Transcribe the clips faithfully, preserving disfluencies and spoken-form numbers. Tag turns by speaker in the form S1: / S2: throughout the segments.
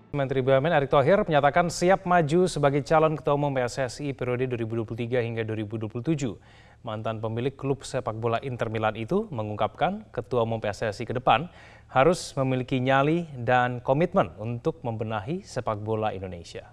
S1: Menteri B U M N Erick Thohir menyatakan siap maju sebagai calon Ketua Umum P S S I periode dua ribu dua puluh tiga hingga dua ribu dua puluh tujuh. Mantan pemilik klub sepak bola Inter Milan itu mengungkapkan Ketua Umum P S S I ke depan harus memiliki nyali dan komitmen untuk membenahi sepak bola Indonesia.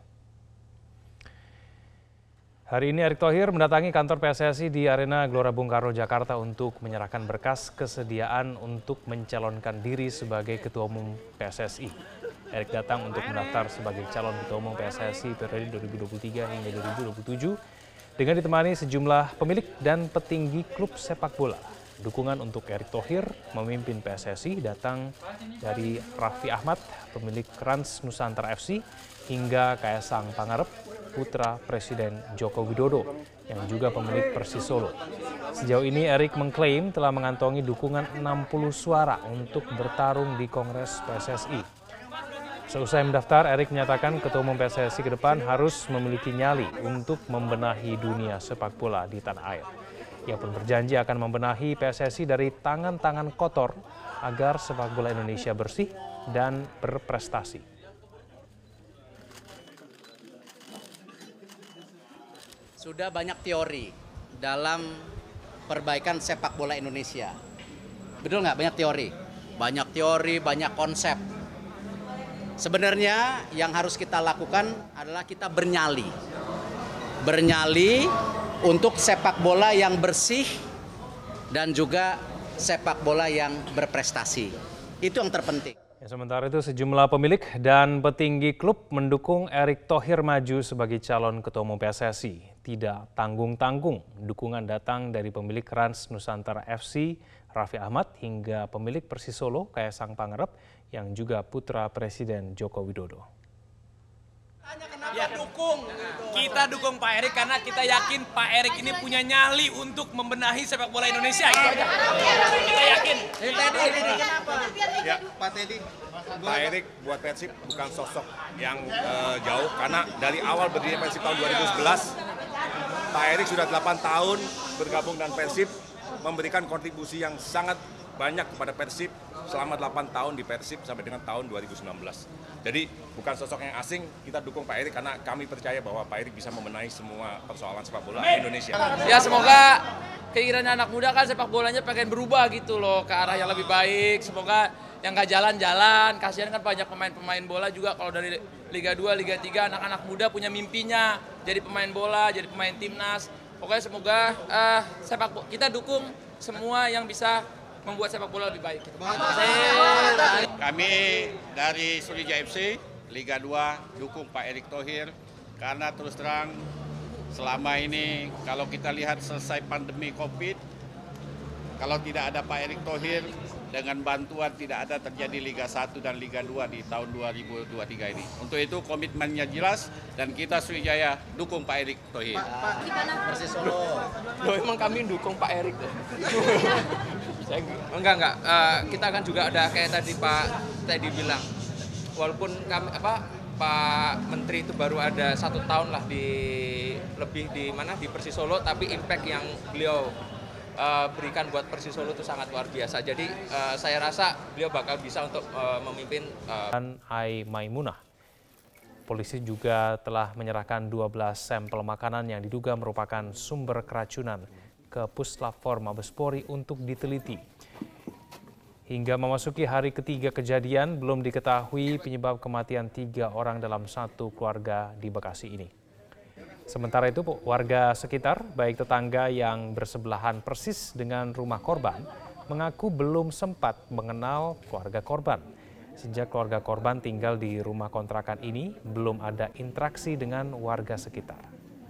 S1: Hari ini Erick Thohir mendatangi kantor P S S I di Arena Gelora Bung Karno, Jakarta untuk menyerahkan berkas kesediaan untuk mencalonkan diri sebagai Ketua Umum P S S I. Erick datang untuk mendaftar sebagai calon Ketua Umum P S S I periode dua ribu dua puluh tiga hingga dua ribu dua puluh tujuh dengan ditemani sejumlah pemilik dan petinggi klub sepak bola. Dukungan untuk Erick Thohir memimpin P S S I datang dari Raffi Ahmad, pemilik Rans Nusantara F C, hingga Kaesang Pangarep, putra Presiden Joko Widodo, yang juga pemilik Persis Solo. Sejauh ini Erick mengklaim telah mengantongi dukungan enam puluh suara untuk bertarung di Kongres P S S I. Seusai mendaftar, Erick menyatakan Ketua Umum P S S I ke depan harus memiliki nyali untuk membenahi dunia sepak bola di tanah air. Ia pun berjanji akan membenahi P S S I dari tangan-tangan kotor agar sepak bola Indonesia bersih dan berprestasi.
S2: Sudah banyak teori dalam perbaikan sepak bola Indonesia. Betul nggak? Banyak teori. Banyak teori, banyak konsep. Sebenarnya yang harus kita lakukan adalah kita bernyali. Bernyali untuk sepak bola yang bersih dan juga sepak bola yang berprestasi. Itu yang terpenting.
S1: Ya, sementara itu sejumlah pemilik dan petinggi klub mendukung Erick Thohir maju sebagai calon Ketua Umum P S S I. Tidak tanggung-tanggung, dukungan datang dari pemilik Rans Nusantara F C, Raffi Ahmad, hingga pemilik Persis Solo, Kaesang Pangarep, yang juga putra Presiden Joko Widodo.
S3: Ya dukung, kita dukung Pak Erick karena kita yakin Pak Erick ini punya nyali untuk membenahi sepak bola Indonesia. Gitu aja. Kita yakin.
S4: Ya, Pak Teddy, Pak Erick buat Persib bukan sosok yang uh, jauh karena dari awal berdirinya Persib tahun dua ribu sebelas, Pak Erick sudah delapan tahun bergabung dengan Persib, memberikan kontribusi yang sangat banyak kepada Persib selama delapan tahun di Persib sampai dengan tahun dua ribu sembilan belas. Jadi bukan sosok yang asing, kita dukung Pak Erick karena kami percaya bahwa Pak Erick bisa membenahi semua persoalan sepak bola Indonesia.
S5: Ya semoga keinginan anak muda kan sepak bolanya pengen berubah gitu loh ke arah yang lebih baik. Semoga yang nggak jalan-jalan, kasihan kan banyak pemain-pemain bola juga kalau dari Liga dua, Liga tiga anak-anak muda punya mimpinya jadi pemain bola, jadi pemain timnas. Pokoknya semoga uh, sepak kita dukung semua yang bisa membuat sepak bola lebih baik.
S6: Kami dari Surija F C, Liga dua, dukung Pak Erick Thohir karena terus terang selama ini kalau kita lihat selesai pandemi Covid, kalau tidak ada Pak Erick Thohir, dengan bantuan tidak ada terjadi Liga satu dan Liga dua di tahun dua ribu dua puluh tiga ini. Untuk itu komitmennya jelas dan kita Sriwijaya dukung Pak Erick Thohir.
S2: Pak, Pak gimana Persis Solo?
S5: Loh emang kami dukung Pak Erick. Saya, enggak enggak, uh, kita kan juga ada kayak tadi Pak tadi bilang, walaupun kami apa Pak Menteri itu baru ada satu tahun lah di lebih di mana di Persis Solo, tapi impact yang beliau uh, berikan buat Persis Solo itu sangat luar biasa. Jadi uh, saya rasa beliau bakal bisa untuk uh, memimpin. Uh...
S1: Dan Ai Maimunah, polisi juga telah menyerahkan dua belas sampel makanan yang diduga merupakan sumber keracunan ke Puslapfor Mabes Polri untuk diteliti. Hingga memasuki hari ketiga kejadian, belum diketahui penyebab kematian tiga orang dalam satu keluarga di Bekasi ini. Sementara itu, warga sekitar, baik tetangga yang bersebelahan persis dengan rumah korban, mengaku belum sempat mengenal keluarga korban. Sejak keluarga korban tinggal di rumah kontrakan ini, belum ada interaksi dengan warga sekitar.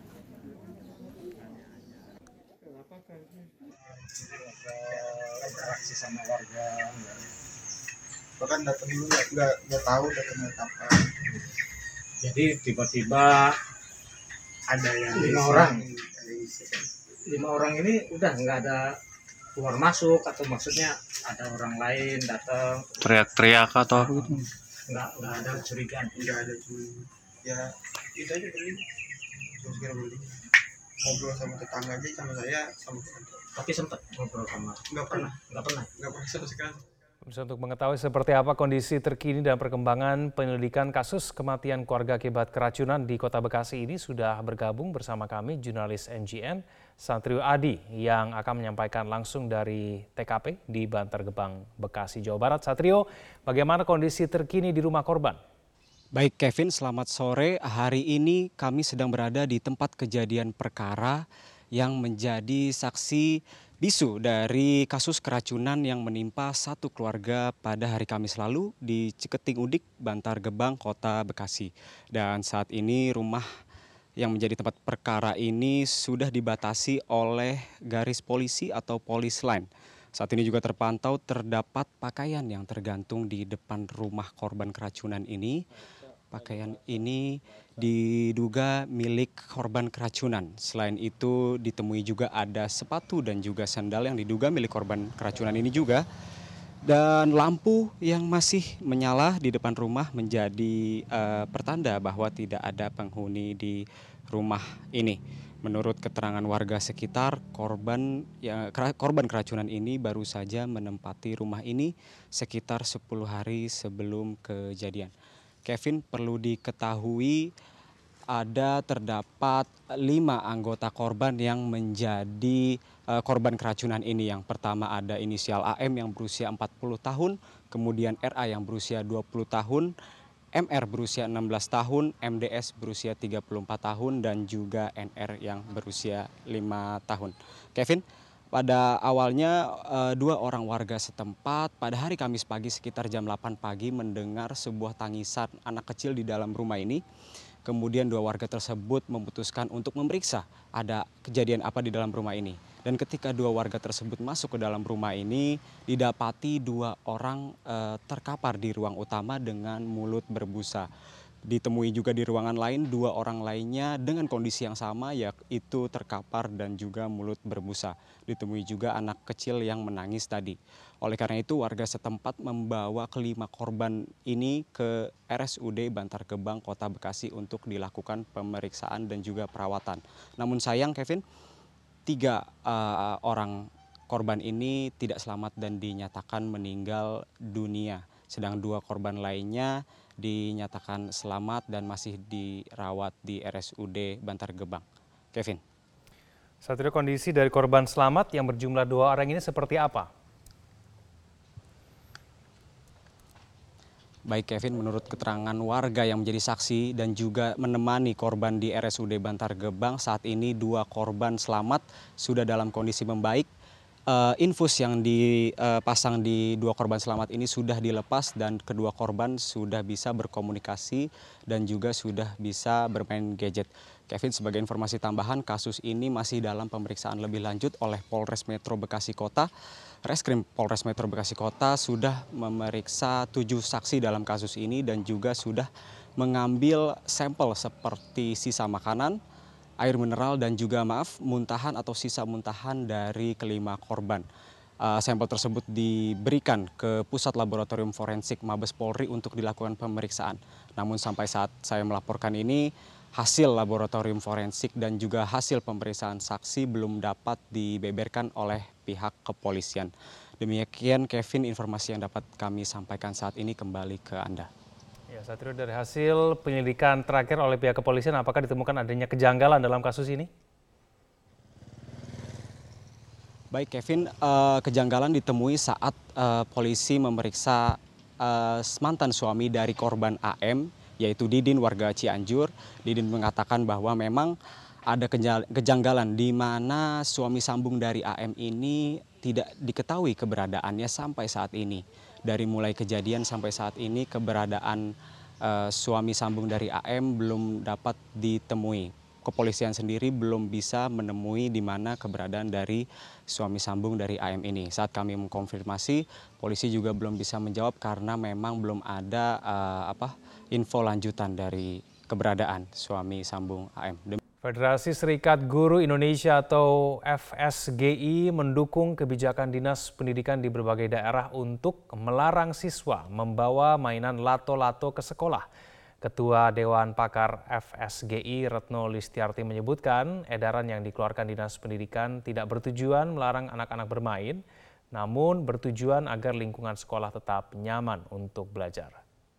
S7: Interaksi sama warga, bahkan datang dulu nggak nggak nggak tahu datangnya kapan.
S8: Jadi tiba-tiba ada yang lima orang, lima orang ini udah nggak ada keluar masuk atau maksudnya ada orang lain datang
S9: teriak-teriak atau gitu?
S8: Nggak nggak ada curigaan,
S7: Nggak ada curiga. Ya itu aja beli, terus kira beli ngobrol sama tetangga aja sama saya sama teman.
S8: Tapi sempat ngobrol sama
S7: nggak pernah
S8: nggak pernah
S7: nggak pernah sama sekali.
S1: Untuk mengetahui seperti apa kondisi terkini dan perkembangan penyelidikan kasus kematian keluarga akibat keracunan di Kota Bekasi ini sudah bergabung bersama kami jurnalis N G N Satrio Adi yang akan menyampaikan langsung dari T K P di Bantar Gebang, Bekasi, Jawa Barat. Satrio, bagaimana kondisi terkini di rumah korban?
S10: Baik Kevin, selamat sore. Hari ini kami sedang berada di tempat kejadian perkara yang menjadi saksi bisu dari kasus keracunan yang menimpa satu keluarga pada hari Kamis lalu di Ciketing Udik, Bantar Gebang, Kota Bekasi. Dan saat ini rumah yang menjadi tempat perkara ini sudah dibatasi oleh garis polisi atau police line. Saat ini juga terpantau terdapat pakaian yang tergantung di depan rumah korban keracunan ini. Pakaian ini diduga milik korban keracunan. Selain itu ditemui juga ada sepatu dan juga sandal yang diduga milik korban keracunan ini juga. Dan lampu yang masih menyala di depan rumah menjadi uh, pertanda bahwa tidak ada penghuni di rumah ini. Menurut keterangan warga sekitar, korban ya, korban keracunan ini baru saja menempati rumah ini sekitar sepuluh hari sebelum kejadian. Kevin, perlu diketahui ada terdapat lima anggota korban yang menjadi uh, korban keracunan ini. Yang pertama ada inisial A M yang berusia empat puluh tahun, kemudian R A yang berusia dua puluh tahun, M R berusia enam belas tahun, M D S berusia tiga puluh empat tahun, dan juga N R yang berusia lima tahun. Kevin, pada awalnya dua orang warga setempat pada hari Kamis pagi sekitar jam delapan pagi mendengar sebuah tangisan anak kecil di dalam rumah ini. Kemudian dua warga tersebut memutuskan untuk memeriksa ada kejadian apa di dalam rumah ini. Dan ketika dua warga tersebut masuk ke dalam rumah ini, didapati dua orang e, terkapar di ruang utama dengan mulut berbusa. Ditemui juga di ruangan lain dua orang lainnya dengan kondisi yang sama, yaitu terkapar dan juga mulut berbusa. Ditemui juga anak kecil yang menangis tadi. Oleh karena itu warga setempat membawa kelima korban ini ke R S U D Bantar Gebang, Kota Bekasi untuk dilakukan pemeriksaan dan juga perawatan. Namun sayang Kevin, tiga uh, orang korban ini tidak selamat dan dinyatakan meninggal dunia. Sedang dua korban lainnya dinyatakan selamat dan masih dirawat di R S U D Bantar Gebang. Kevin.
S1: Saat ini kondisi dari korban selamat yang berjumlah dua orang ini seperti apa?
S10: Baik Kevin, menurut keterangan warga yang menjadi saksi dan juga menemani korban di R S U D Bantar Gebang, saat ini dua korban selamat sudah dalam kondisi membaik. Uh, infus yang dipasang uh, di dua korban selamat ini sudah dilepas dan kedua korban sudah bisa berkomunikasi dan juga sudah bisa bermain gadget. Kevin, sebagai informasi tambahan, kasus ini masih dalam pemeriksaan lebih lanjut oleh Polres Metro Bekasi Kota. Reskrim Polres Metro Bekasi Kota sudah memeriksa tujuh saksi dalam kasus ini dan juga sudah mengambil sampel seperti sisa makanan, air mineral dan juga maaf muntahan atau sisa muntahan dari kelima korban. Uh, sampel tersebut diberikan ke Pusat Laboratorium Forensik Mabes Polri untuk dilakukan pemeriksaan. Namun sampai saat saya melaporkan ini, hasil laboratorium forensik dan juga hasil pemeriksaan saksi belum dapat dibeberkan oleh pihak kepolisian. Demikian Kevin, informasi yang dapat kami sampaikan saat ini, kembali ke Anda.
S1: Ya, Satrio, dari hasil penyelidikan terakhir oleh pihak kepolisian, apakah ditemukan adanya kejanggalan dalam kasus ini?
S10: Baik Kevin, uh, kejanggalan ditemui saat uh, polisi memeriksa uh, mantan suami dari korban A M, yaitu Didin, warga Cianjur. Didin mengatakan bahwa memang ada kejanggalan di mana suami sambung dari A M ini tidak diketahui keberadaannya sampai saat ini. Dari mulai kejadian sampai saat ini keberadaan uh, suami sambung dari A M belum dapat ditemui. Kepolisian sendiri belum bisa menemui di mana keberadaan dari suami sambung dari A M ini. Saat kami mengkonfirmasi, polisi juga belum bisa menjawab karena memang belum ada uh, apa info lanjutan dari keberadaan suami sambung A M.
S1: Federasi Serikat Guru Indonesia atau F S G I mendukung kebijakan Dinas Pendidikan di berbagai daerah untuk melarang siswa membawa mainan lato-lato ke sekolah. Ketua Dewan Pakar F S G I Retno Listiarti menyebutkan edaran yang dikeluarkan Dinas Pendidikan tidak bertujuan melarang anak-anak bermain, namun bertujuan agar lingkungan sekolah tetap nyaman untuk belajar.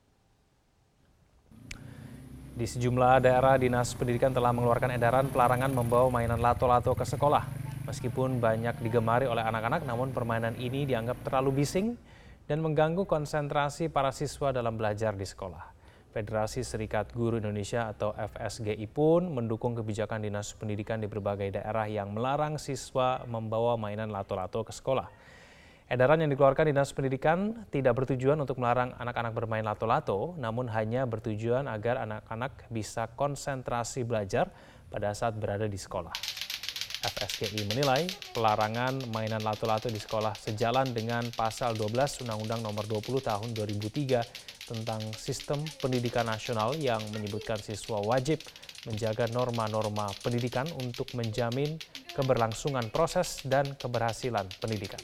S1: Di sejumlah daerah, Dinas Pendidikan telah mengeluarkan edaran pelarangan membawa mainan lato-lato ke sekolah. Meskipun banyak digemari oleh anak-anak, namun permainan ini dianggap terlalu bising dan mengganggu konsentrasi para siswa dalam belajar di sekolah. Federasi Serikat Guru Indonesia atau F S G I pun mendukung kebijakan Dinas Pendidikan di berbagai daerah yang melarang siswa membawa mainan lato-lato ke sekolah. Edaran yang dikeluarkan Dinas Pendidikan tidak bertujuan untuk melarang anak-anak bermain lato-lato, namun hanya bertujuan agar anak-anak bisa konsentrasi belajar pada saat berada di sekolah. F S G I menilai pelarangan mainan lato-lato di sekolah sejalan dengan Pasal dua belas Undang-Undang Nomor dua puluh Tahun dua ribu tiga tentang Sistem Pendidikan Nasional yang menyebutkan siswa wajib menjaga norma-norma pendidikan untuk menjamin keberlangsungan proses dan keberhasilan pendidikan.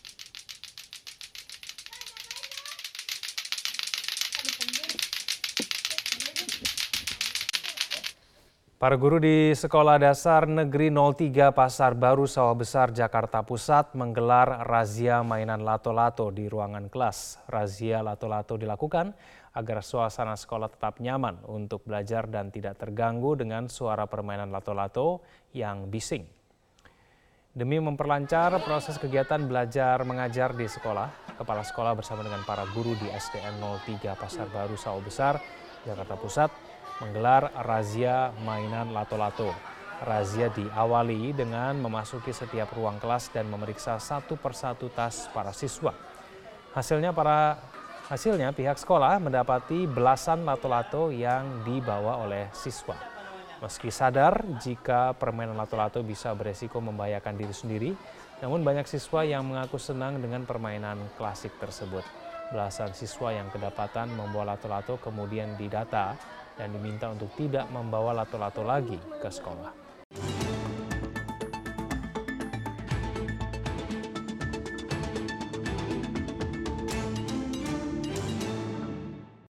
S1: Para guru di Sekolah Dasar Negeri nol tiga Pasar Baru Sawah Besar, Jakarta Pusat menggelar razia mainan lato-lato di ruangan kelas. Razia lato-lato dilakukan agar suasana sekolah tetap nyaman untuk belajar dan tidak terganggu dengan suara permainan lato-lato yang bising. Demi memperlancar proses kegiatan belajar mengajar di sekolah, Kepala Sekolah bersama dengan para guru di S D N nol tiga Pasar Baru Sawah Besar, Jakarta Pusat menggelar razia mainan lato-lato. Razia diawali dengan memasuki setiap ruang kelas dan memeriksa satu persatu tas para siswa. Hasilnya para hasilnya pihak sekolah mendapati belasan lato-lato yang dibawa oleh siswa. Meski sadar jika permainan lato-lato bisa beresiko membahayakan diri sendiri, namun banyak siswa yang mengaku senang dengan permainan klasik tersebut. Belasan siswa yang kedapatan membawa lato-lato kemudian didata dan diminta untuk tidak membawa lato-lato lagi ke sekolah.